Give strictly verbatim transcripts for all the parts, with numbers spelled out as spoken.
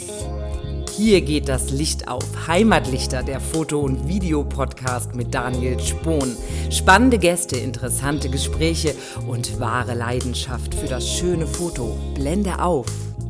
Hier geht das Licht auf. Heimatlichter, der Foto- und Videopodcast mit Daniel Spohn. Spannende Gäste, interessante Gespräche und wahre Leidenschaft für das schöne Foto. Blende auf.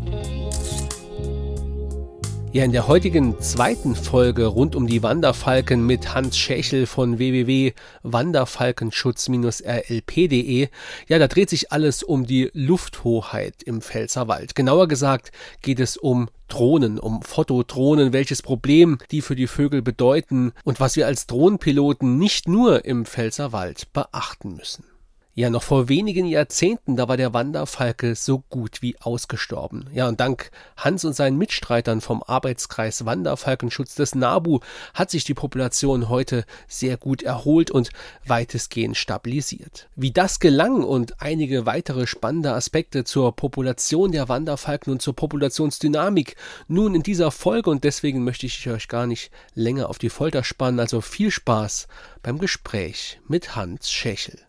Ja, in der heutigen zweiten Folge rund um die Wanderfalken mit Hans Schächel von w w w punkt wanderfalkenschutz Bindestrich r l p punkt d e. Ja, da dreht sich alles um die Lufthoheit im Pfälzerwald. Genauer gesagt geht es um Drohnen, um Fotodrohnen, welches Problem die für die Vögel bedeuten und was wir als Drohnenpiloten nicht nur im Pfälzerwald beachten müssen. Ja, noch vor wenigen Jahrzehnten, da war der Wanderfalke so gut wie ausgestorben. Ja, und dank Hans und seinen Mitstreitern vom Arbeitskreis Wanderfalkenschutz des NABU hat sich die Population heute sehr gut erholt und weitestgehend stabilisiert. Wie das gelang und einige weitere spannende Aspekte zur Population der Wanderfalken und zur Populationsdynamik nun in dieser Folge, und deswegen möchte ich euch gar nicht länger auf die Folter spannen. Also viel Spaß beim Gespräch mit Hans Schächel.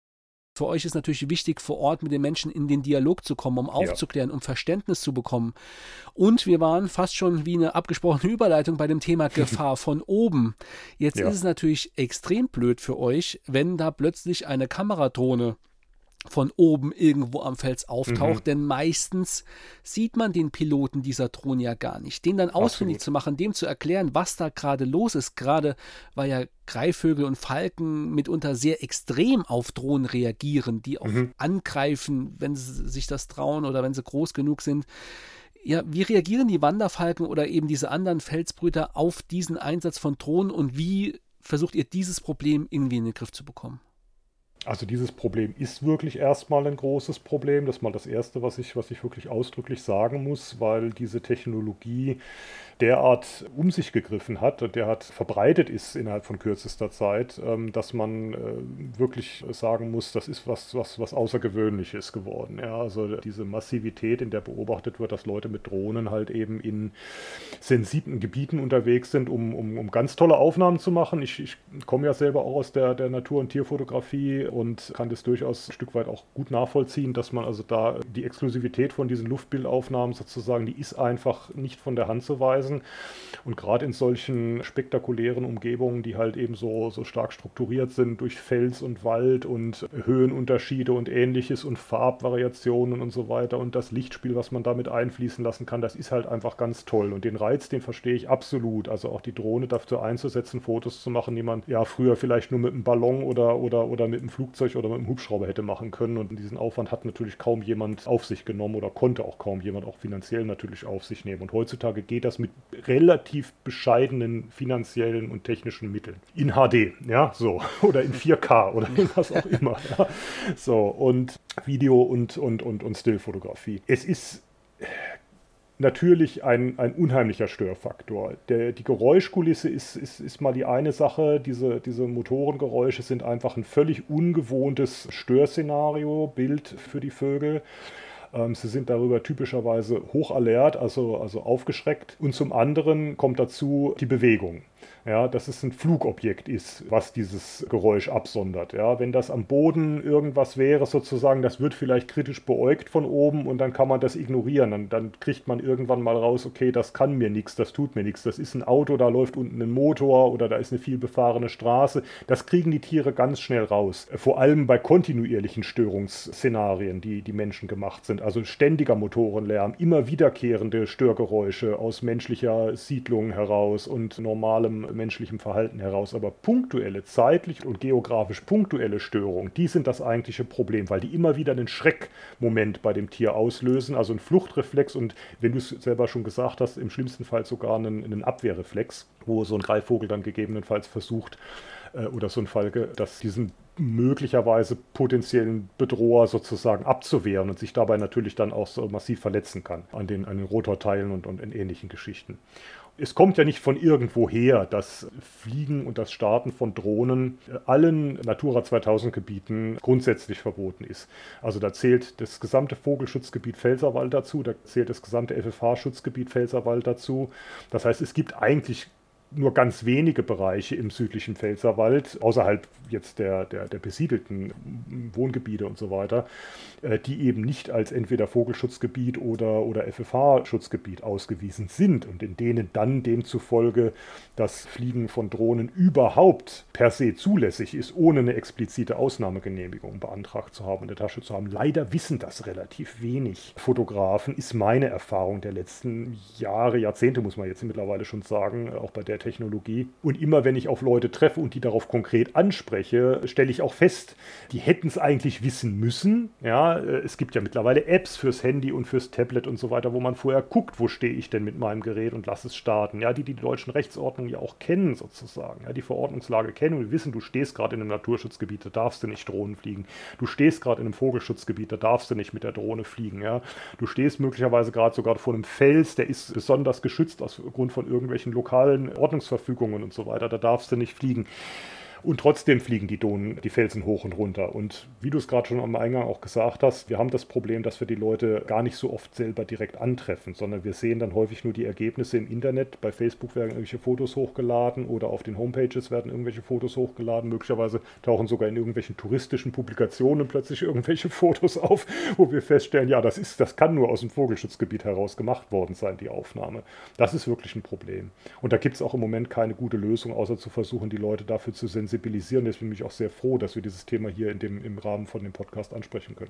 Für euch ist natürlich wichtig, vor Ort mit den Menschen in den Dialog zu kommen, um aufzuklären, um Verständnis zu bekommen. Und wir waren fast schon wie eine abgesprochene Überleitung bei dem Thema Gefahr von oben. Jetzt ja. ist es natürlich extrem blöd für euch, wenn da plötzlich eine Kameradrohne von oben irgendwo am Fels auftaucht, mhm. denn meistens sieht man den Piloten dieser Drohne ja gar nicht. Den dann ausfindig zu machen, dem zu erklären, was da gerade los ist, gerade weil ja Greifvögel und Falken mitunter sehr extrem auf Drohnen reagieren, die auch mhm. angreifen, wenn sie sich das trauen oder wenn sie groß genug sind. Ja, wie reagieren die Wanderfalken oder eben diese anderen Felsbrüter auf diesen Einsatz von Drohnen und wie versucht ihr dieses Problem irgendwie in den Griff zu bekommen? Also dieses Problem ist wirklich erstmal ein großes Problem. Das ist mal das Erste, was ich, was ich wirklich ausdrücklich sagen muss, weil diese Technologie derart um sich gegriffen hat und derart verbreitet ist innerhalb von kürzester Zeit, dass man wirklich sagen muss, das ist was, was, was Außergewöhnliches geworden. Ja, also diese Massivität, in der beobachtet wird, dass Leute mit Drohnen halt eben in sensiblen Gebieten unterwegs sind, um, um, um ganz tolle Aufnahmen zu machen. Ich, ich komme ja selber auch aus der, der Natur- und Tierfotografie und kann das durchaus ein Stück weit auch gut nachvollziehen, dass man also da die Exklusivität von diesen Luftbildaufnahmen sozusagen, die ist einfach nicht von der Hand zu weisen. Und gerade in solchen spektakulären Umgebungen, die halt eben so, so stark strukturiert sind durch Fels und Wald und Höhenunterschiede und Ähnliches und Farbvariationen und so weiter und das Lichtspiel, was man damit einfließen lassen kann, das ist halt einfach ganz toll. Und den Reiz, den verstehe ich absolut. Also auch die Drohne dafür einzusetzen, Fotos zu machen, die man ja früher vielleicht nur mit einem Ballon oder, oder, oder mit einem Flugzeug oder mit einem Hubschrauber hätte machen können. Und diesen Aufwand hat natürlich kaum jemand auf sich genommen oder konnte auch kaum jemand auch finanziell natürlich auf sich nehmen. Und heutzutage geht das mit relativ bescheidenen finanziellen und technischen Mitteln. In H D, ja, so. Oder in vier K oder in was auch immer. Ja. So, und Video und, und, und, und Stillfotografie. Es ist natürlich ein, ein unheimlicher Störfaktor. Der, die Geräuschkulisse ist, ist, ist mal die eine Sache. Diese, diese Motorengeräusche sind einfach ein völlig ungewohntes Störszenario, Bild für die Vögel. Ähm, sie sind darüber typischerweise hochalert, also, also aufgeschreckt. Und zum anderen kommt dazu die Bewegung. Ja, dass es ein Flugobjekt ist, was dieses Geräusch absondert. Ja, wenn das am Boden irgendwas wäre, sozusagen, das wird vielleicht kritisch beäugt von oben und dann kann man das ignorieren. Dann, dann kriegt man irgendwann mal raus, okay, das kann mir nichts, das tut mir nichts. Das ist ein Auto, da läuft unten ein Motor oder da ist eine viel befahrene Straße. Das kriegen die Tiere ganz schnell raus. Vor allem bei kontinuierlichen Störungsszenarien, die die Menschen gemacht sind. Also ständiger Motorenlärm, immer wiederkehrende Störgeräusche aus menschlicher Siedlung heraus und normalem menschlichem Verhalten heraus, aber punktuelle, zeitlich und geografisch punktuelle Störungen, die sind das eigentliche Problem, weil die immer wieder einen Schreckmoment bei dem Tier auslösen, also einen Fluchtreflex und, wenn du es selber schon gesagt hast, im schlimmsten Fall sogar einen, einen Abwehrreflex, wo so ein Greifvogel dann gegebenenfalls versucht, äh, oder so ein Falke, dass diesen möglicherweise potenziellen Bedroher sozusagen abzuwehren und sich dabei natürlich dann auch so massiv verletzen kann an den, an den Rotorteilen und, und in ähnlichen Geschichten. Es kommt ja nicht von irgendwo her, dass Fliegen und das Starten von Drohnen allen Natura zweitausend Gebieten grundsätzlich verboten ist. Also da zählt das gesamte Vogelschutzgebiet Pfälzerwald dazu, da zählt das gesamte F F H-Schutzgebiet Pfälzerwald dazu. Das heißt, es gibt eigentlich nur ganz wenige Bereiche im südlichen Pfälzerwald, außerhalb jetzt der, der, der besiedelten Wohngebiete und so weiter, die eben nicht als entweder Vogelschutzgebiet oder, oder F F H-Schutzgebiet ausgewiesen sind und in denen dann demzufolge das Fliegen von Drohnen überhaupt per se zulässig ist, ohne eine explizite Ausnahmegenehmigung beantragt zu haben, in der Tasche zu haben. Leider wissen das relativ wenig Fotografen, ist meine Erfahrung der letzten Jahre, Jahrzehnte, muss man jetzt mittlerweile schon sagen, auch bei der Technologie. Und immer wenn ich auf Leute treffe und die darauf konkret anspreche, stelle ich auch fest, die hätten es eigentlich wissen müssen. Ja, es gibt ja mittlerweile Apps fürs Handy und fürs Tablet und so weiter, wo man vorher guckt, wo stehe ich denn mit meinem Gerät und lass es starten. Ja, die die, die deutschen Rechtsordnungen ja auch kennen sozusagen, ja, die Verordnungslage kennen und wissen, du stehst gerade in einem Naturschutzgebiet, da darfst du nicht Drohnen fliegen. Du stehst gerade in einem Vogelschutzgebiet, da darfst du nicht mit der Drohne fliegen. Ja. Du stehst möglicherweise gerade sogar vor einem Fels, der ist besonders geschützt aus Grund von irgendwelchen lokalen Ordnungsverfügungen und so weiter, da darfst du nicht fliegen. Und trotzdem fliegen die Drohnen die Felsen hoch und runter. Und wie du es gerade schon am Eingang auch gesagt hast, wir haben das Problem, dass wir die Leute gar nicht so oft selber direkt antreffen, sondern wir sehen dann häufig nur die Ergebnisse im Internet. Bei Facebook werden irgendwelche Fotos hochgeladen oder auf den Homepages werden irgendwelche Fotos hochgeladen. Möglicherweise tauchen sogar in irgendwelchen touristischen Publikationen plötzlich irgendwelche Fotos auf, wo wir feststellen, ja, das ist, das kann nur aus dem Vogelschutzgebiet heraus gemacht worden sein, die Aufnahme. Das ist wirklich ein Problem. Und da gibt es auch im Moment keine gute Lösung, außer zu versuchen, die Leute dafür zu sensibilisieren. sensibilisieren. Deswegen bin ich auch sehr froh, dass wir dieses Thema hier in dem, im Rahmen von dem Podcast ansprechen können.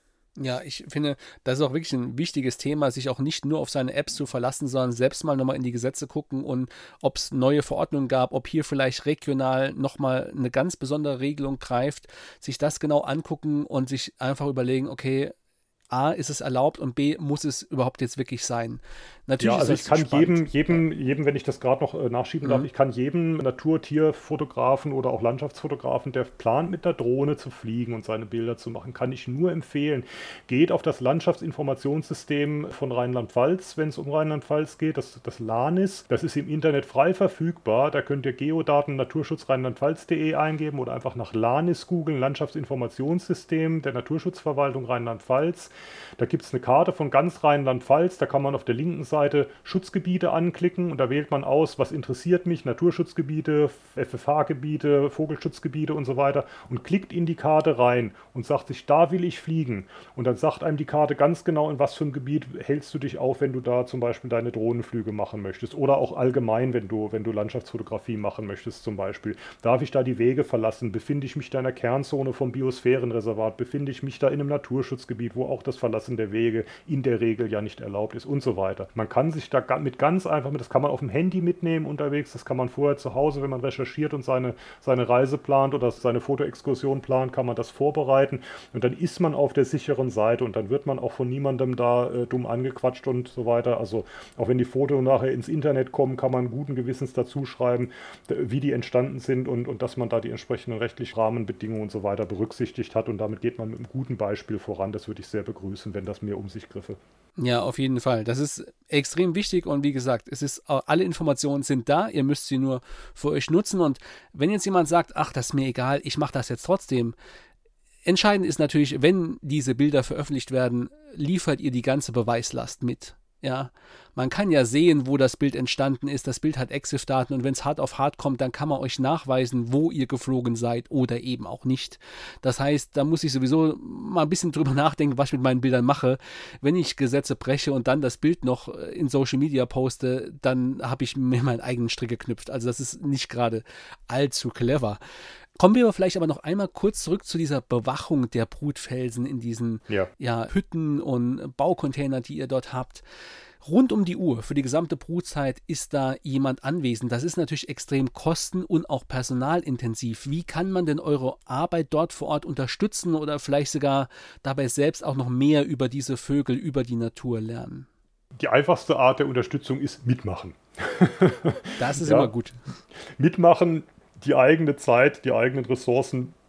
Ja, ich finde, das ist auch wirklich ein wichtiges Thema, sich auch nicht nur auf seine Apps zu verlassen, sondern selbst mal nochmal in die Gesetze gucken und ob es neue Verordnungen gab, ob hier vielleicht regional nochmal eine ganz besondere Regelung greift, sich das genau angucken und sich einfach überlegen, okay, A, ist es erlaubt und B, muss es überhaupt jetzt wirklich sein? Natürlich ja, also ist ich das kann spannend. jedem, jedem, jedem, wenn ich das gerade noch äh, nachschieben darf, Mhm. ich kann jedem Natur-Tier-Fotografen oder auch Landschaftsfotografen, der plant mit der Drohne zu fliegen und seine Bilder zu machen, kann ich nur empfehlen, geht auf das Landschaftsinformationssystem von Rheinland-Pfalz, wenn es um Rheinland-Pfalz geht, das, das LANIS, das ist im Internet frei verfügbar, da könnt ihr Geodaten naturschutz rheinland-pfalz punkt de eingeben oder einfach nach LANIS googeln, Landschaftsinformationssystem der Naturschutzverwaltung Rheinland-Pfalz. Da gibt es eine Karte von ganz Rheinland-Pfalz, da kann man auf der linken Seite Schutzgebiete anklicken und da wählt man aus, was interessiert mich, Naturschutzgebiete, F F H-Gebiete, Vogelschutzgebiete und so weiter und klickt in die Karte rein und sagt sich, da will ich fliegen. Und dann sagt einem die Karte ganz genau, in was für einem Gebiet hältst du dich auf, wenn du da zum Beispiel deine Drohnenflüge machen möchtest oder auch allgemein, wenn du, wenn du Landschaftsfotografie machen möchtest zum Beispiel. Darf ich da die Wege verlassen? Befinde ich mich da in der Kernzone vom Biosphärenreservat? Befinde ich mich da in einem Naturschutzgebiet, wo auch das Verlassen der Wege in der Regel ja nicht erlaubt ist und so weiter. Man kann sich da mit ganz einfach, das kann man auf dem Handy mitnehmen unterwegs, das kann man vorher zu Hause, wenn man recherchiert und seine, seine Reise plant oder seine Fotoexkursion plant, kann man das vorbereiten und dann ist man auf der sicheren Seite und dann wird man auch von niemandem da äh, dumm angequatscht und so weiter. Also auch wenn die Fotos nachher ins Internet kommen, kann man guten Gewissens dazu schreiben, wie die entstanden sind und, und dass man da die entsprechenden rechtlichen Rahmenbedingungen und so weiter berücksichtigt hat und damit geht man mit einem guten Beispiel voran. Das würde ich sehr begrüßen, wenn das mehr um sich griffe. Ja, auf jeden Fall. Das ist extrem wichtig und wie gesagt, es ist, alle Informationen sind da, ihr müsst sie nur für euch nutzen und wenn jetzt jemand sagt, ach, das ist mir egal, ich mache das jetzt trotzdem. Entscheidend ist natürlich, wenn diese Bilder veröffentlicht werden, liefert ihr die ganze Beweislast mit. Ja, man kann ja sehen, wo das Bild entstanden ist. Das Bild hat EXIF-Daten und wenn es hart auf hart kommt, dann kann man euch nachweisen, wo ihr geflogen seid oder eben auch nicht. Das heißt, da muss ich sowieso mal ein bisschen drüber nachdenken, was ich mit meinen Bildern mache. Wenn ich Gesetze breche und dann das Bild noch in Social Media poste, dann habe ich mir meinen eigenen Strick geknüpft. Also das ist nicht gerade allzu clever. Kommen wir aber vielleicht aber noch einmal kurz zurück zu dieser Bewachung der Brutfelsen in diesen ja. Ja, Hütten und Baucontainer, die ihr dort habt. Rund um die Uhr, für die gesamte Brutzeit, ist da jemand anwesend. Das ist natürlich extrem kosten- und auch personalintensiv. Wie kann man denn eure Arbeit dort vor Ort unterstützen oder vielleicht sogar dabei selbst auch noch mehr über diese Vögel, über die Natur lernen? Die einfachste Art der Unterstützung ist mitmachen. Das ist ja. immer gut. Mitmachen, die eigene Zeit, die eigenen Ressourcen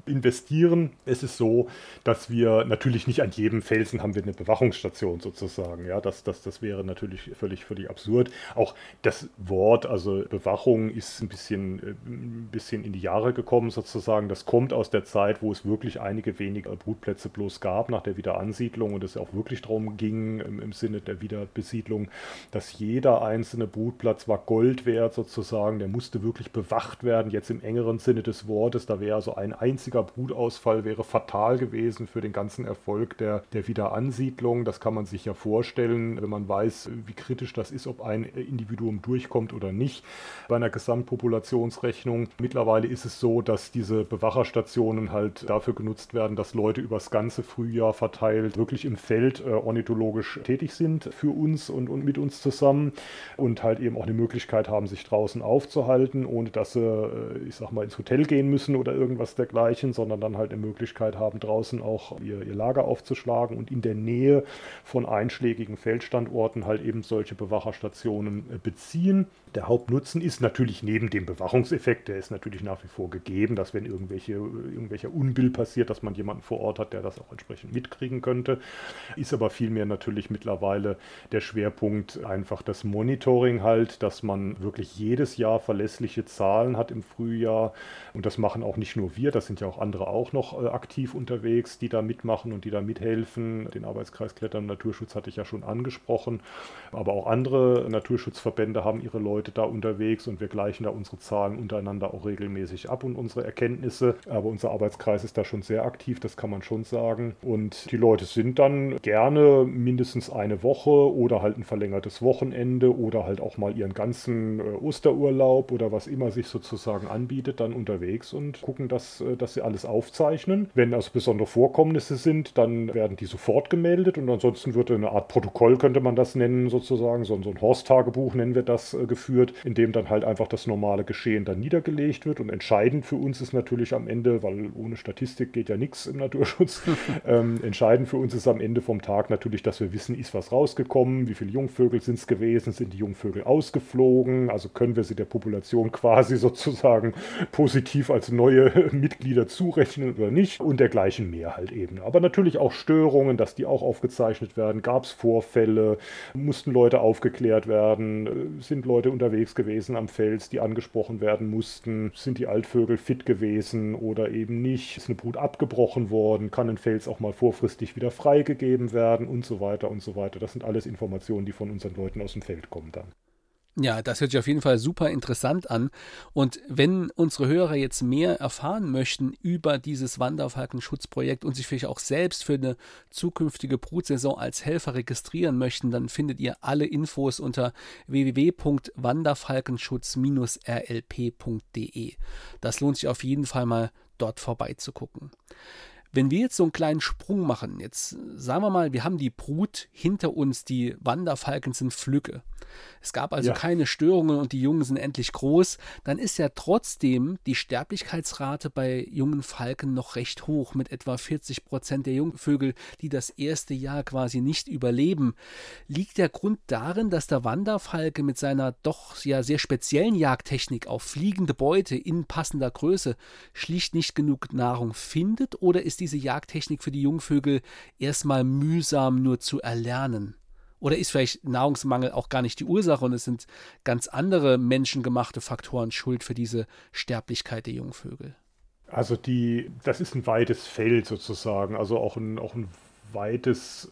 investieren. Es ist so, dass wir natürlich nicht an jedem Felsen haben wir eine Bewachungsstation sozusagen. Ja, das, das, das wäre natürlich völlig, völlig absurd. Auch das Wort, also Bewachung, ist ein bisschen, ein bisschen in die Jahre gekommen sozusagen. Das kommt aus der Zeit, wo es wirklich einige wenige Brutplätze bloß gab nach der Wiederansiedlung und es auch wirklich darum ging, im, im Sinne der Wiederbesiedlung, dass jeder einzelne Brutplatz war Gold wert sozusagen. Der musste wirklich bewacht werden, jetzt im engeren Sinne des Wortes. Da wäre also ein einziger Brutausfall wäre fatal gewesen für den ganzen Erfolg der, der Wiederansiedlung. Das kann man sich ja vorstellen, wenn man weiß, wie kritisch das ist, ob ein Individuum durchkommt oder nicht bei einer Gesamtpopulationsrechnung. Mittlerweile ist es so, dass diese Bewacherstationen halt dafür genutzt werden, dass Leute übers ganze Frühjahr verteilt wirklich im Feld äh, ornithologisch tätig sind für uns und, und mit uns zusammen und halt eben auch eine Möglichkeit haben, sich draußen aufzuhalten, ohne dass sie, äh, ich sag mal, ins Hotel gehen müssen oder irgendwas dergleichen, sondern dann halt eine Möglichkeit haben, draußen auch ihr, ihr Lager aufzuschlagen und in der Nähe von einschlägigen Feldstandorten halt eben solche Bewacherstationen äh, beziehen. Der Hauptnutzen ist natürlich neben dem Bewachungseffekt, der ist natürlich nach wie vor gegeben, dass wenn irgendwelche, irgendwelcher Unbill passiert, dass man jemanden vor Ort hat, der das auch entsprechend mitkriegen könnte. Ist aber vielmehr natürlich mittlerweile der Schwerpunkt einfach das Monitoring halt, dass man wirklich jedes Jahr verlässliche Zahlen hat im Frühjahr. Und das machen auch nicht nur wir, das sind ja auch andere auch noch äh, aktiv unterwegs, die da mitmachen und die da mithelfen. Den Arbeitskreis Klettern und Naturschutz hatte ich ja schon angesprochen. Aber auch andere Naturschutzverbände haben ihre Leute da unterwegs und wir gleichen da unsere Zahlen untereinander auch regelmäßig ab und unsere Erkenntnisse. Aber unser Arbeitskreis ist da schon sehr aktiv, das kann man schon sagen. Und die Leute sind dann gerne mindestens eine Woche oder halt ein verlängertes Wochenende oder halt auch mal ihren ganzen äh, Osterurlaub oder was immer sich sozusagen anbietet, dann unterwegs und gucken, dass, äh, dass sie alles aufzeichnen. Wenn also besondere Vorkommnisse sind, dann werden die sofort gemeldet und ansonsten wird eine Art Protokoll, könnte man das nennen sozusagen, so, so ein Horst-Tagebuch nennen wir das, äh, geführt, in dem dann halt einfach das normale Geschehen dann niedergelegt wird. Und entscheidend für uns ist natürlich am Ende, weil ohne Statistik geht ja nichts im Naturschutz, ähm, entscheidend für uns ist am Ende vom Tag natürlich, dass wir wissen, ist was rausgekommen, wie viele Jungvögel sind es gewesen, sind die Jungvögel ausgeflogen, also können wir sie der Population quasi sozusagen positiv als neue Mitglieder zurechnen oder nicht und dergleichen mehr halt eben. Aber natürlich auch Störungen, dass die auch aufgezeichnet werden, gab es Vorfälle, mussten Leute aufgeklärt werden, sind Leute unterwegs gewesen am Fels, die angesprochen werden mussten, sind die Altvögel fit gewesen oder eben nicht, ist eine Brut abgebrochen worden, kann ein Fels auch mal vorfristig wieder freigegeben werden und so weiter und so weiter. Das sind alles Informationen, die von unseren Leuten aus dem Feld kommen dann. Ja, das hört sich auf jeden Fall super interessant an. Und wenn unsere Hörer jetzt mehr erfahren möchten über dieses Wanderfalkenschutzprojekt und sich vielleicht auch selbst für eine zukünftige Brutsaison als Helfer registrieren möchten, dann findet ihr alle Infos unter w w w punkt wanderfalkenschutz Bindestrich r l p punkt d e. Das lohnt sich auf jeden Fall mal, dort vorbeizugucken. Wenn wir jetzt so einen kleinen Sprung machen, jetzt sagen wir mal, wir haben die Brut hinter uns, die Wanderfalken sind flügge. Es gab also ja. keine Störungen und die Jungen sind endlich groß, dann ist ja trotzdem die Sterblichkeitsrate bei jungen Falken noch recht hoch, mit etwa vierzig Prozent der Jungvögel, die das erste Jahr quasi nicht überleben. Liegt der Grund darin, dass der Wanderfalke mit seiner doch ja sehr speziellen Jagdtechnik auf fliegende Beute in passender Größe schlicht nicht genug Nahrung findet, oder ist diese Jagdtechnik für die Jungvögel erstmal mühsam nur zu erlernen? Oder ist vielleicht Nahrungsmangel auch gar nicht die Ursache und es sind ganz andere menschengemachte Faktoren schuld für diese Sterblichkeit der Jungvögel? Also die, das ist ein weites Feld sozusagen, also auch ein, auch ein weites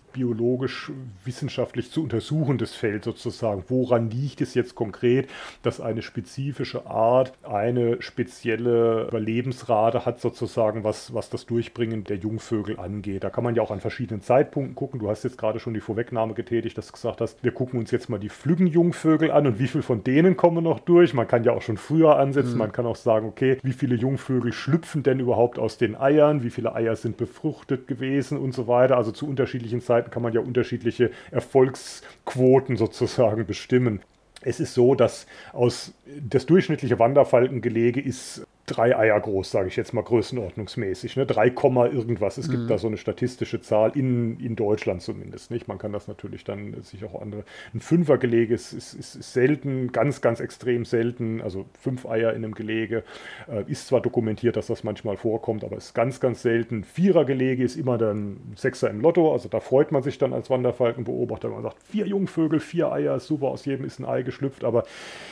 biologisch-wissenschaftlich zu untersuchendes Feld sozusagen. Woran liegt es jetzt konkret, dass eine spezifische Art eine spezielle Überlebensrate hat sozusagen, was, was das Durchbringen der Jungvögel angeht. Da kann man ja auch an verschiedenen Zeitpunkten gucken. Du hast jetzt gerade schon die Vorwegnahme getätigt, dass du gesagt hast, wir gucken uns jetzt mal die Flüggenjungvögel an und wie viel von denen kommen noch durch. Man kann ja auch schon früher ansetzen. Mhm. Man kann auch sagen, okay, wie viele Jungvögel schlüpfen denn überhaupt aus den Eiern? Wie viele Eier sind befruchtet gewesen und so weiter. Also zu unterschiedlichen Zeiten kann man ja unterschiedliche Erfolgsquoten sozusagen bestimmen. Es ist so, dass aus das durchschnittliche Wanderfalkengelege ist drei Eier groß, sage ich jetzt mal größenordnungsmäßig, ne? drei Komma irgendwas. Es gibt mhm. da so eine statistische Zahl, in, in Deutschland zumindest, nicht? Man kann das natürlich dann sich auch andere... Ein Fünfergelege ist, ist, ist, ist selten, ganz, ganz extrem selten, also fünf Eier in einem Gelege. Äh, ist zwar dokumentiert, dass das manchmal vorkommt, aber ist ganz, ganz selten. Vierergelege ist immer dann Sechser im Lotto, also da freut man sich dann als Wanderfalkenbeobachter, wenn man sagt, vier Jungvögel, vier Eier, super, aus jedem ist ein Ei geschlüpft, aber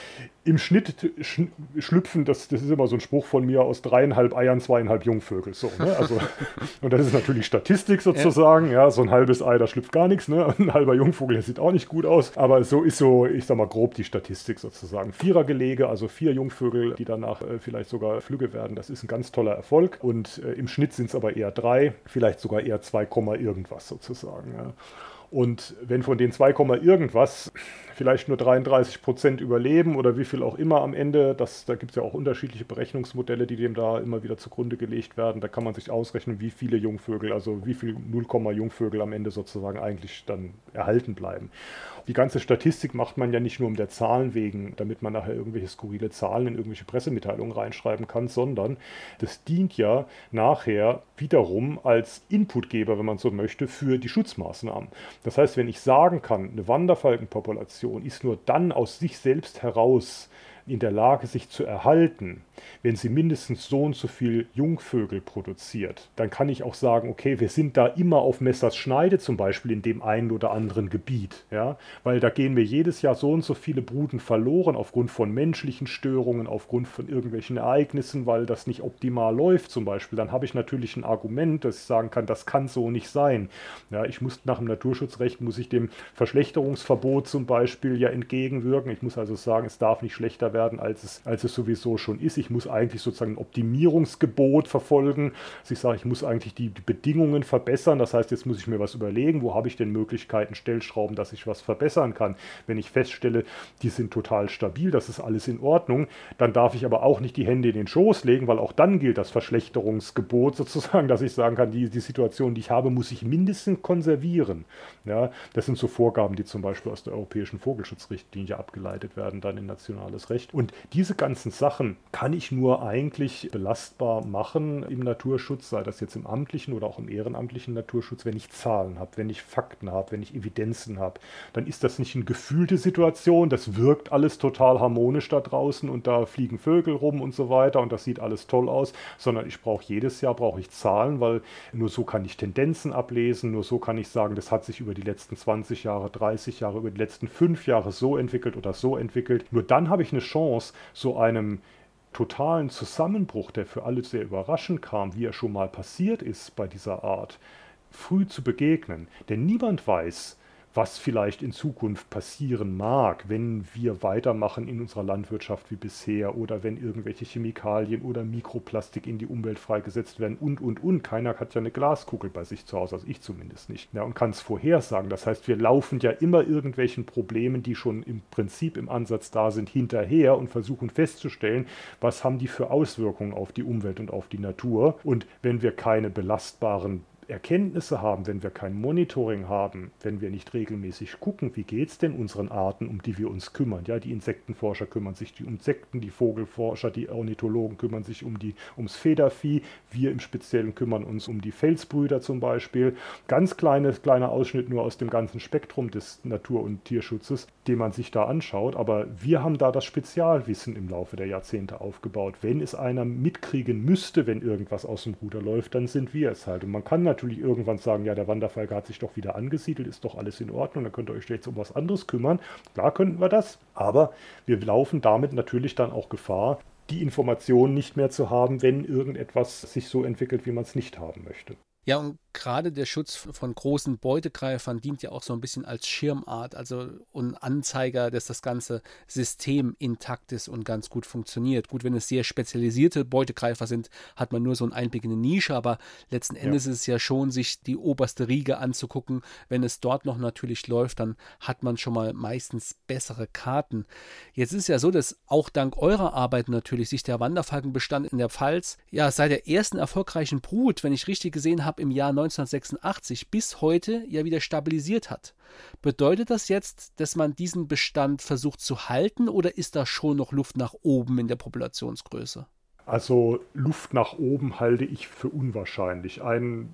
im Schnitt sch schlüpfen, das, das ist immer so ein Spruch von mir, aus dreieinhalb Eiern zweieinhalb Jungvögel. So, ne? Also, und das ist natürlich Statistik sozusagen. Ja. Ja, so ein halbes Ei, da schlüpft gar nichts. Ne? Ein halber Jungvogel, das sieht auch nicht gut aus. Aber so ist so, ich sag mal, grob die Statistik sozusagen. Vierergelege, also vier Jungvögel, die danach äh, vielleicht sogar Flügge werden, das ist ein ganz toller Erfolg. Und äh, im Schnitt sind es aber eher drei, vielleicht sogar eher zwei, irgendwas sozusagen. Ja. Und wenn von den zwei, irgendwas vielleicht nur dreiunddreißig Prozent überleben oder wie viel auch immer am Ende, das, da gibt es ja auch unterschiedliche Berechnungsmodelle, die dem da immer wieder zugrunde gelegt werden. Da kann man sich ausrechnen, wie viele Jungvögel, also wie viel null, Jungvögel am Ende sozusagen eigentlich dann erhalten bleiben. Die ganze Statistik macht man ja nicht nur um der Zahlen wegen, damit man nachher irgendwelche skurrile Zahlen in irgendwelche Pressemitteilungen reinschreiben kann, sondern das dient ja nachher wiederum als Inputgeber, wenn man so möchte, für die Schutzmaßnahmen. Das heißt, wenn ich sagen kann, eine Wanderfalkenpopulation ist nur dann aus sich selbst heraus in der Lage, sich zu erhalten, wenn sie mindestens so und so viel Jungvögel produziert, dann kann ich auch sagen, okay, wir sind da immer auf Messers Schneide zum Beispiel in dem einen oder anderen Gebiet, ja, weil da gehen mir jedes Jahr so und so viele Bruten verloren aufgrund von menschlichen Störungen, aufgrund von irgendwelchen Ereignissen, weil das nicht optimal läuft zum Beispiel, dann habe ich natürlich ein Argument, dass ich sagen kann, das kann so nicht sein. Ja, ich muss nach dem Naturschutzrecht, muss ich dem Verschlechterungsverbot zum Beispiel ja entgegenwirken. Ich muss also sagen, es darf nicht schlechter werden, als es, als es sowieso schon ist. Ich muss eigentlich sozusagen ein Optimierungsgebot verfolgen. Also ich sage, ich muss eigentlich die, die Bedingungen verbessern. Das heißt, jetzt muss ich mir was überlegen, wo habe ich denn Möglichkeiten, Stellschrauben, dass ich was verbessern kann. Wenn ich feststelle, die sind total stabil, das ist alles in Ordnung, dann darf ich aber auch nicht die Hände in den Schoß legen, weil auch dann gilt das Verschlechterungsgebot sozusagen, dass ich sagen kann, die, die Situation, die ich habe, muss ich mindestens konservieren. Ja, das sind so Vorgaben, die zum Beispiel aus der Europäischen Vogelschutzrichtlinie abgeleitet werden, dann in nationales Recht. Und diese ganzen Sachen kann ich nur eigentlich belastbar machen im Naturschutz, sei das jetzt im amtlichen oder auch im ehrenamtlichen Naturschutz, wenn ich Zahlen habe, wenn ich Fakten habe, wenn ich Evidenzen habe. Dann ist das nicht eine gefühlte Situation, das wirkt alles total harmonisch da draußen und da fliegen Vögel rum und so weiter und das sieht alles toll aus, sondern ich brauche jedes Jahr brauche ich Zahlen, weil nur so kann ich Tendenzen ablesen, nur so kann ich sagen, das hat sich über die letzten zwanzig Jahre, dreißig Jahre, über die letzten fünf Jahre so entwickelt oder so entwickelt. Nur dann habe ich eine Chance, so einem totalen Zusammenbruch, der für alle sehr überraschend kam, wie er schon mal passiert ist bei dieser Art, früh zu begegnen. Denn niemand weiß, was vielleicht in Zukunft passieren mag, wenn wir weitermachen in unserer Landwirtschaft wie bisher oder wenn irgendwelche Chemikalien oder Mikroplastik in die Umwelt freigesetzt werden und, und, und. Keiner hat ja eine Glaskugel bei sich zu Hause, also ich zumindest nicht, ja, und kann es vorhersagen. Das heißt, wir laufen ja immer irgendwelchen Problemen, die schon im Prinzip im Ansatz da sind, hinterher und versuchen festzustellen, was haben die für Auswirkungen auf die Umwelt und auf die Natur. Und wenn wir keine belastbaren Erkenntnisse haben, wenn wir kein Monitoring haben, wenn wir nicht regelmäßig gucken, wie geht es denn unseren Arten, um die wir uns kümmern. Ja, die Insektenforscher kümmern sich die Insekten, die Vogelforscher, die Ornithologen kümmern sich um die, ums Federvieh, wir im Speziellen kümmern uns um die Felsbrüder zum Beispiel. Ganz kleines, kleiner Ausschnitt nur aus dem ganzen Spektrum des Natur- und Tierschutzes, den man sich da anschaut, aber wir haben da das Spezialwissen im Laufe der Jahrzehnte aufgebaut. Wenn es einer mitkriegen müsste, wenn irgendwas aus dem Ruder läuft, dann sind wir es halt. Und man kann natürlich natürlich irgendwann sagen, ja, der Wanderfalke hat sich doch wieder angesiedelt, ist doch alles in Ordnung, dann könnt ihr euch jetzt um was anderes kümmern. Klar könnten wir das, aber wir laufen damit natürlich dann auch Gefahr, die Informationen nicht mehr zu haben, wenn irgendetwas sich so entwickelt, wie man es nicht haben möchte. Ja, und gerade der Schutz von großen Beutegreifern dient ja auch so ein bisschen als Schirmart, also und Anzeiger, dass das ganze System intakt ist und ganz gut funktioniert. Gut, wenn es sehr spezialisierte Beutegreifer sind, hat man nur so einen Einblick in eine Nische, aber letzten Endes ja. ist es ja schon, sich die oberste Riege anzugucken. Wenn es dort noch natürlich läuft, dann hat man schon mal meistens bessere Karten. Jetzt ist es ja so, dass auch dank eurer Arbeit natürlich sich der Wanderfalkenbestand in der Pfalz ja seit der ersten erfolgreichen Brut, wenn ich richtig gesehen habe, im Jahr neunzehnhundertsechsundachtzig bis heute ja wieder stabilisiert hat. Bedeutet das jetzt, dass man diesen Bestand versucht zu halten oder ist da schon noch Luft nach oben in der Populationsgröße? Also Luft nach oben halte ich für unwahrscheinlich. Ein,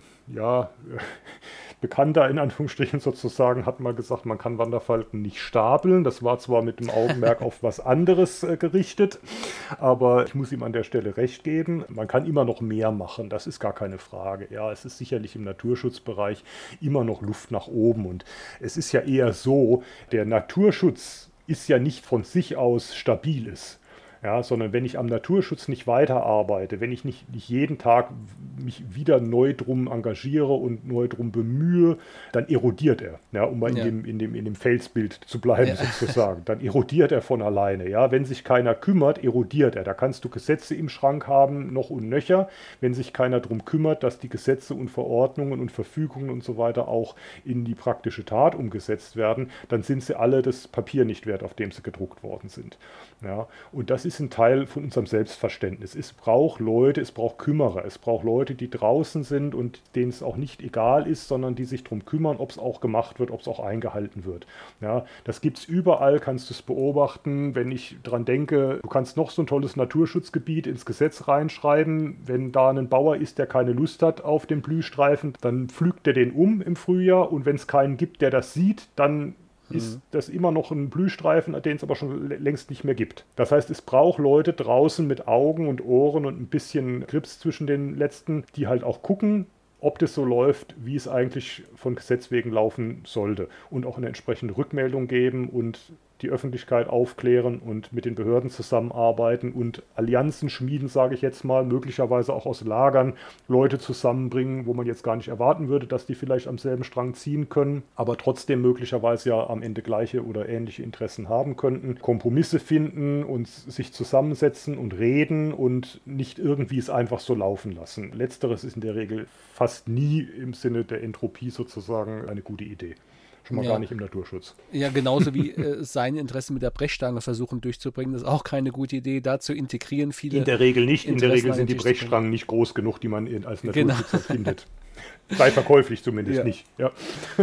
ja, Bekannter in Anführungsstrichen sozusagen hat mal gesagt, man kann Wanderfalken nicht stapeln. Das war zwar mit dem Augenmerk auf was anderes äh, gerichtet, aber ich muss ihm an der Stelle recht geben. Man kann immer noch mehr machen, das ist gar keine Frage. Ja, es ist sicherlich im Naturschutzbereich immer noch Luft nach oben und es ist ja eher so, der Naturschutz ist ja nicht von sich aus stabiles. Ja, sondern wenn ich am Naturschutz nicht weiterarbeite, wenn ich nicht, nicht jeden Tag mich wieder neu drum engagiere und neu drum bemühe, dann erodiert er, ja, um mal in, ja. dem, in, dem, in dem Felsbild zu bleiben, ja. sozusagen. Dann erodiert er von alleine. Ja. Wenn sich keiner kümmert, erodiert er. Da kannst du Gesetze im Schrank haben, noch und nöcher. Wenn sich keiner drum kümmert, dass die Gesetze und Verordnungen und Verfügungen und so weiter auch in die praktische Tat umgesetzt werden, dann sind sie alle das Papier nicht wert, auf dem sie gedruckt worden sind. Ja. Und das ist ist ein Teil von unserem Selbstverständnis. Es braucht Leute, es braucht Kümmerer, es braucht Leute, die draußen sind und denen es auch nicht egal ist, sondern die sich darum kümmern, ob es auch gemacht wird, ob es auch eingehalten wird. Ja, das gibt es überall, kannst du es beobachten. Wenn ich dran denke, du kannst noch so ein tolles Naturschutzgebiet ins Gesetz reinschreiben, wenn da ein Bauer ist, der keine Lust hat auf den Blühstreifen, dann pflügt er den um im Frühjahr und wenn es keinen gibt, der das sieht, dann ist das immer noch ein Blühstreifen, den es aber schon längst nicht mehr gibt. Das heißt, es braucht Leute draußen mit Augen und Ohren und ein bisschen Grips zwischen den letzten, die halt auch gucken, ob das so läuft, wie es eigentlich von Gesetz wegen laufen sollte. Und auch eine entsprechende Rückmeldung geben und die Öffentlichkeit aufklären und mit den Behörden zusammenarbeiten und Allianzen schmieden, sage ich jetzt mal, möglicherweise auch aus Lagern Leute zusammenbringen, wo man jetzt gar nicht erwarten würde, dass die vielleicht am selben Strang ziehen können, aber trotzdem möglicherweise ja am Ende gleiche oder ähnliche Interessen haben könnten. Kompromisse finden und sich zusammensetzen und reden und nicht irgendwie es einfach so laufen lassen. Letzteres ist in der Regel fast nie im Sinne der Entropie sozusagen eine gute Idee. Schon mal ja. gar nicht im Naturschutz. Ja, genauso wie äh, seine Interessen mit der Brechstange versuchen durchzubringen, das ist auch keine gute Idee, da zu integrieren. Viele in der Regel nicht. In der Regel sind die Brechstangen nicht groß genug, die man in, als Naturschützer genau. findet. Sei verkäuflich zumindest ja. nicht. Ja.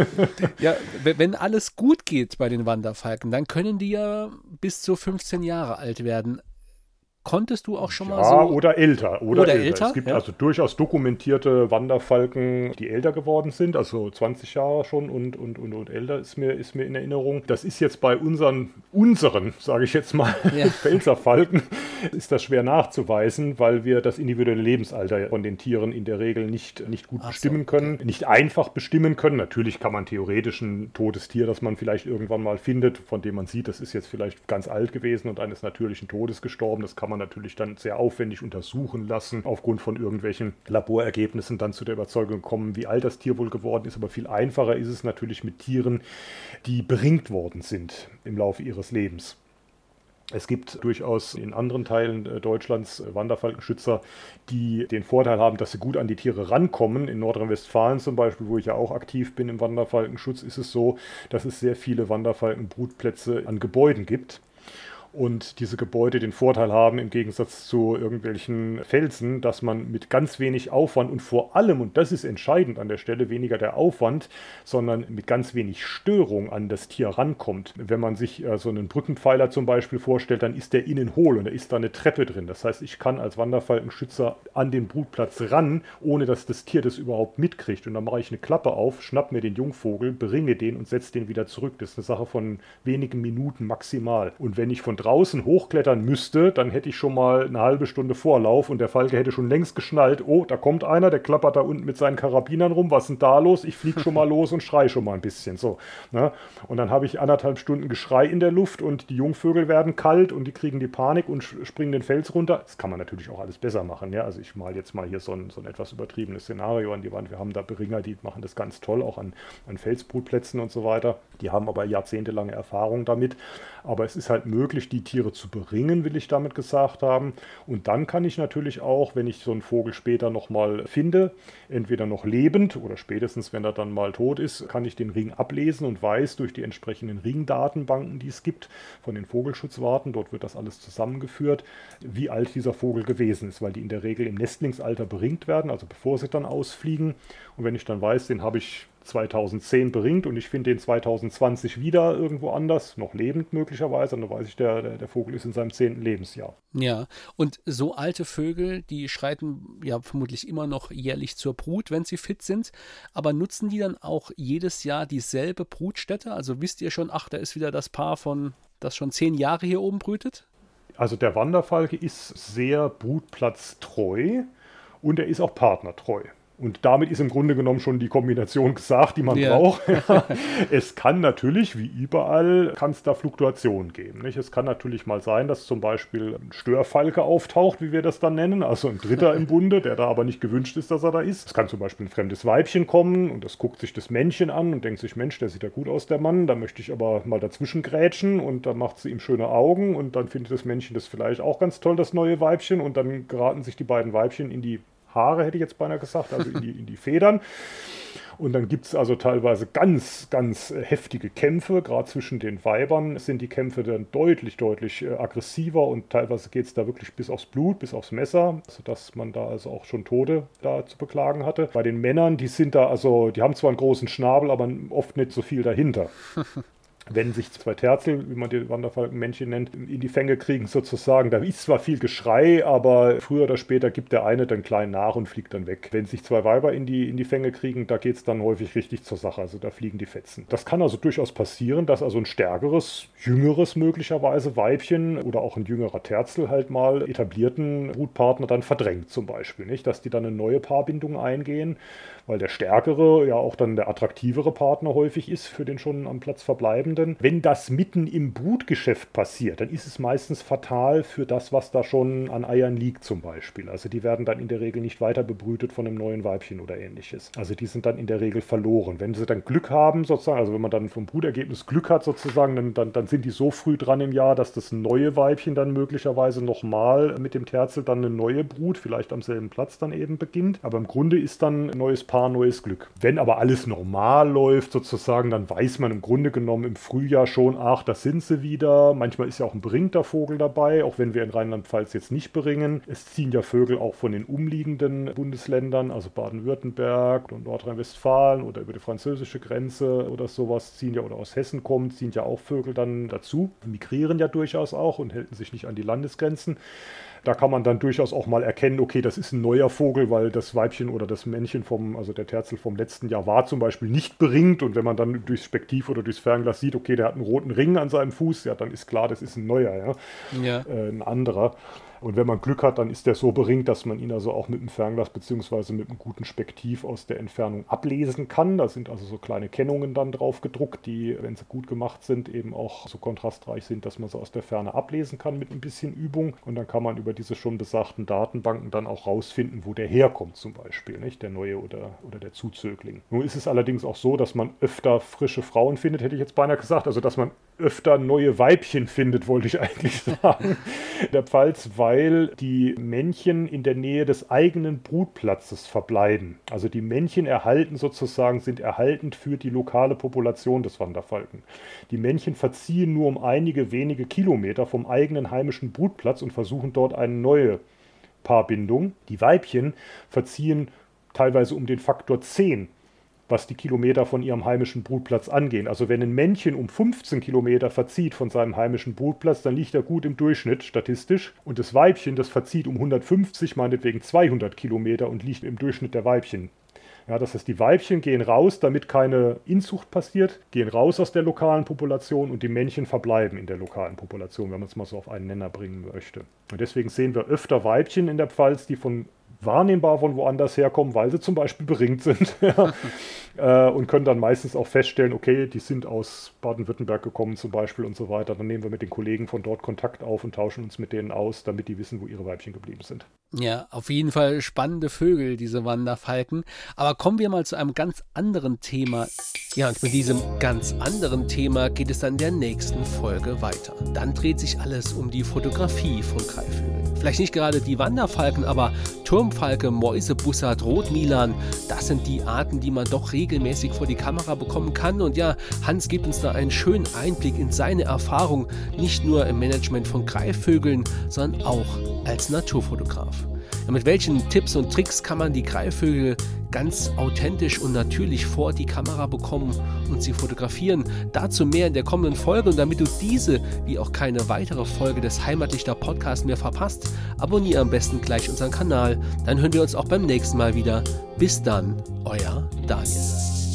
ja, wenn alles gut geht bei den Wanderfalken, dann können die ja bis zu fünfzehn Jahre alt werden. Konntest du auch schon mal ja, so... oder älter. Oder, oder älter. älter. Es gibt ja. also durchaus dokumentierte Wanderfalken, die älter geworden sind, also zwanzig Jahre schon und, und, und, und älter ist mir, ist mir in Erinnerung. Das ist jetzt bei unseren, unseren, sage ich jetzt mal, ja. Pfälzerfalken, ist das schwer nachzuweisen, weil wir das individuelle Lebensalter von den Tieren in der Regel nicht, nicht gut Ach bestimmen so, okay. können, nicht einfach bestimmen können. Natürlich kann man theoretisch ein totes Tier, das man vielleicht irgendwann mal findet, von dem man sieht, das ist jetzt vielleicht ganz alt gewesen und eines natürlichen Todes gestorben, das kann man natürlich dann sehr aufwendig untersuchen lassen, aufgrund von irgendwelchen Laborergebnissen dann zu der Überzeugung kommen, wie alt das Tier wohl geworden ist. Aber viel einfacher ist es natürlich mit Tieren, die beringt worden sind im Laufe ihres Lebens. Es gibt durchaus in anderen Teilen Deutschlands Wanderfalkenschützer, die den Vorteil haben, dass sie gut an die Tiere rankommen. In Nordrhein-Westfalen zum Beispiel, wo ich ja auch aktiv bin im Wanderfalkenschutz, ist es so, dass es sehr viele Wanderfalkenbrutplätze an Gebäuden gibt. Und diese Gebäude den Vorteil haben, im Gegensatz zu irgendwelchen Felsen, dass man mit ganz wenig Aufwand und vor allem, und das ist entscheidend an der Stelle, weniger der Aufwand, sondern mit ganz wenig Störung an das Tier rankommt. Wenn man sich äh, so einen Brückenpfeiler zum Beispiel vorstellt, dann ist der innen hohl und da ist da eine Treppe drin. Das heißt, ich kann als Wanderfalkenschützer an den Brutplatz ran, ohne dass das Tier das überhaupt mitkriegt. Und dann mache ich eine Klappe auf, schnapp mir den Jungvogel, beringe den und setze den wieder zurück. Das ist eine Sache von wenigen Minuten maximal. Und wenn ich von draußen hochklettern müsste, dann hätte ich schon mal eine halbe Stunde Vorlauf und der Falke hätte schon längst geschnallt, oh, da kommt einer, der klappert da unten mit seinen Karabinern rum, was ist denn da los? Ich fliege schon mal los und schrei schon mal ein bisschen. So, ne? Und dann habe ich anderthalb Stunden Geschrei in der Luft und die Jungvögel werden kalt und die kriegen die Panik und springen den Fels runter. Das kann man natürlich auch alles besser machen. Ja? Also ich mal jetzt mal hier so ein, so ein etwas übertriebenes Szenario an die Wand. Wir haben da Beringer, die machen das ganz toll, auch an, an Felsbrutplätzen und so weiter. Die haben aber jahrzehntelange Erfahrung damit. Aber es ist halt möglich, die Tiere zu beringen, will ich damit gesagt haben. Und dann kann ich natürlich auch, wenn ich so einen Vogel später nochmal finde, entweder noch lebend oder spätestens, wenn er dann mal tot ist, kann ich den Ring ablesen und weiß durch die entsprechenden Ringdatenbanken, die es gibt, von den Vogelschutzwarten, dort wird das alles zusammengeführt, wie alt dieser Vogel gewesen ist, weil die in der Regel im Nestlingsalter beringt werden, also bevor sie dann ausfliegen. Und wenn ich dann weiß, den habe ich zweitausendzehn beringt und ich finde den zweitausendzwanzig wieder irgendwo anders, noch lebend möglicherweise, und dann weiß ich, der, der, der Vogel ist in seinem zehnten Lebensjahr. Ja, und so alte Vögel, die schreiten ja vermutlich immer noch jährlich zur Brut, wenn sie fit sind, aber nutzen die dann auch jedes Jahr dieselbe Brutstätte? Also wisst ihr schon, ach, da ist wieder das Paar von, das schon zehn Jahre hier oben brütet? Also der Wanderfalke ist sehr brutplatztreu und er ist auch partnertreu. Und damit ist im Grunde genommen schon die Kombination gesagt, die man ja. braucht. Es kann natürlich, wie überall, kann es da Fluktuationen geben. Nicht? Es kann natürlich mal sein, dass zum Beispiel ein Störfalke auftaucht, wie wir das dann nennen, also ein Dritter im Bunde, der da aber nicht gewünscht ist, dass er da ist. Es kann zum Beispiel ein fremdes Weibchen kommen und das guckt sich das Männchen an und denkt sich, Mensch, der sieht ja gut aus, der Mann, da möchte ich aber mal dazwischen grätschen, und dann macht sie ihm schöne Augen und dann findet das Männchen das vielleicht auch ganz toll, das neue Weibchen, und dann geraten sich die beiden Weibchen in die Haare, hätte ich jetzt beinahe gesagt, also in die, in die Federn. Und dann gibt es also teilweise ganz, ganz heftige Kämpfe. Gerade zwischen den Weibern sind die Kämpfe dann deutlich, deutlich äh, aggressiver, und teilweise geht es da wirklich bis aufs Blut, bis aufs Messer, sodass man da also auch schon Tote da zu beklagen hatte. Bei den Männern, die sind da also, die haben zwar einen großen Schnabel, aber oft nicht so viel dahinter. Wenn sich zwei Terzel, wie man die Wanderfalkenmännchen nennt, in die Fänge kriegen sozusagen, da ist zwar viel Geschrei, aber früher oder später gibt der eine dann klein nach und fliegt dann weg. Wenn sich zwei Weiber in die, in die Fänge kriegen, da geht es dann häufig richtig zur Sache, also da fliegen die Fetzen. Das kann also durchaus passieren, dass also ein stärkeres, jüngeres möglicherweise Weibchen oder auch ein jüngerer Terzel halt mal etablierten Brutpartner dann verdrängt zum Beispiel, nicht? Dass die dann eine neue Paarbindung eingehen, weil der stärkere ja auch dann der attraktivere Partner häufig ist für den schon am Platz verbleibenden. Wenn das mitten im Brutgeschäft passiert, dann ist es meistens fatal für das, was da schon an Eiern liegt zum Beispiel. Also die werden dann in der Regel nicht weiter bebrütet von einem neuen Weibchen oder ähnliches. Also die sind dann in der Regel verloren. Wenn sie dann Glück haben sozusagen, also wenn man dann vom Brutergebnis Glück hat sozusagen, dann, dann, dann sind die so früh dran im Jahr, dass das neue Weibchen dann möglicherweise nochmal mit dem Terzel dann eine neue Brut, vielleicht am selben Platz dann eben beginnt. Aber im Grunde ist dann neues Paar, neues Glück. Wenn aber alles normal läuft sozusagen, dann weiß man im Grunde genommen im Frühjahr schon, ach, da sind sie wieder. Manchmal ist ja auch ein beringter Vogel dabei, auch wenn wir in Rheinland-Pfalz jetzt nicht beringen. Es ziehen ja Vögel auch von den umliegenden Bundesländern, also Baden-Württemberg und Nordrhein-Westfalen oder über die französische Grenze oder sowas, ziehen ja, oder aus Hessen kommen, ziehen ja auch Vögel dann dazu, migrieren ja durchaus auch und halten sich nicht an die Landesgrenzen. Da kann man dann durchaus auch mal erkennen, okay, das ist ein neuer Vogel, weil das Weibchen oder das Männchen vom, also der Terzel vom letzten Jahr war zum Beispiel nicht beringt, und wenn man dann durchs Spektiv oder durchs Fernglas sieht, okay, der hat einen roten Ring an seinem Fuß, ja, dann ist klar, das ist ein neuer, ja, ja. Äh, ein anderer. Und wenn man Glück hat, dann ist der so beringt, dass man ihn also auch mit dem Fernglas bzw. mit einem guten Spektiv aus der Entfernung ablesen kann. Da sind also so kleine Kennungen dann drauf gedruckt, die, wenn sie gut gemacht sind, eben auch so kontrastreich sind, dass man sie aus der Ferne ablesen kann mit ein bisschen Übung. Und dann kann man über diese schon besagten Datenbanken dann auch rausfinden, wo der herkommt zum Beispiel, nicht? Der neue oder, oder der Zuzögling. Nun ist es allerdings auch so, dass man öfter frische Frauen findet, hätte ich jetzt beinahe gesagt. Also dass man öfter neue Weibchen findet, wollte ich eigentlich sagen, in der Pfalz, weil die Männchen in der Nähe des eigenen Brutplatzes verbleiben. Also die Männchen erhalten sozusagen, sind erhaltend für die lokale Population des Wanderfalken. Die Männchen verziehen nur um einige wenige Kilometer vom eigenen heimischen Brutplatz und versuchen dort eine neue Paarbindung. Die Weibchen verziehen teilweise um den Faktor zehn, was die Kilometer von ihrem heimischen Brutplatz angehen. Also wenn ein Männchen um fünfzehn Kilometer verzieht von seinem heimischen Brutplatz, dann liegt er gut im Durchschnitt statistisch. Und das Weibchen, das verzieht um hundertfünfzig, meinetwegen zweihundert Kilometer und liegt im Durchschnitt der Weibchen. Ja, das heißt, die Weibchen gehen raus, damit keine Inzucht passiert, gehen raus aus der lokalen Population, und die Männchen verbleiben in der lokalen Population, wenn man es mal so auf einen Nenner bringen möchte. Und deswegen sehen wir öfter Weibchen in der Pfalz, die von wahrnehmbar von woanders herkommen, weil sie zum Beispiel beringt sind ja, äh, und können dann meistens auch feststellen, okay, die sind aus Baden-Württemberg gekommen zum Beispiel und so weiter. Dann nehmen wir mit den Kollegen von dort Kontakt auf und tauschen uns mit denen aus, damit die wissen, wo ihre Weibchen geblieben sind. Ja, auf jeden Fall spannende Vögel, diese Wanderfalken. Aber kommen wir mal zu einem ganz anderen Thema. Ja, und mit diesem ganz anderen Thema geht es dann in der nächsten Folge weiter. Dann dreht sich alles um die Fotografie von Greifvögeln. Vielleicht nicht gerade die Wanderfalken, aber Turmfalke, Mäuse, Bussard, Rotmilan, das sind die Arten, die man doch regelmäßig vor die Kamera bekommen kann. Und ja, Hans gibt uns da einen schönen Einblick in seine Erfahrung, nicht nur im Management von Greifvögeln, sondern auch als Naturfotograf. Ja, mit welchen Tipps und Tricks kann man die Greifvögel ganz authentisch und natürlich vor die Kamera bekommen und sie fotografieren. Dazu mehr in der kommenden Folge, und damit du diese wie auch keine weitere Folge des Heimatlichter Podcasts mehr verpasst, abonniere am besten gleich unseren Kanal. Dann hören wir uns auch beim nächsten Mal wieder. Bis dann, euer Daniel.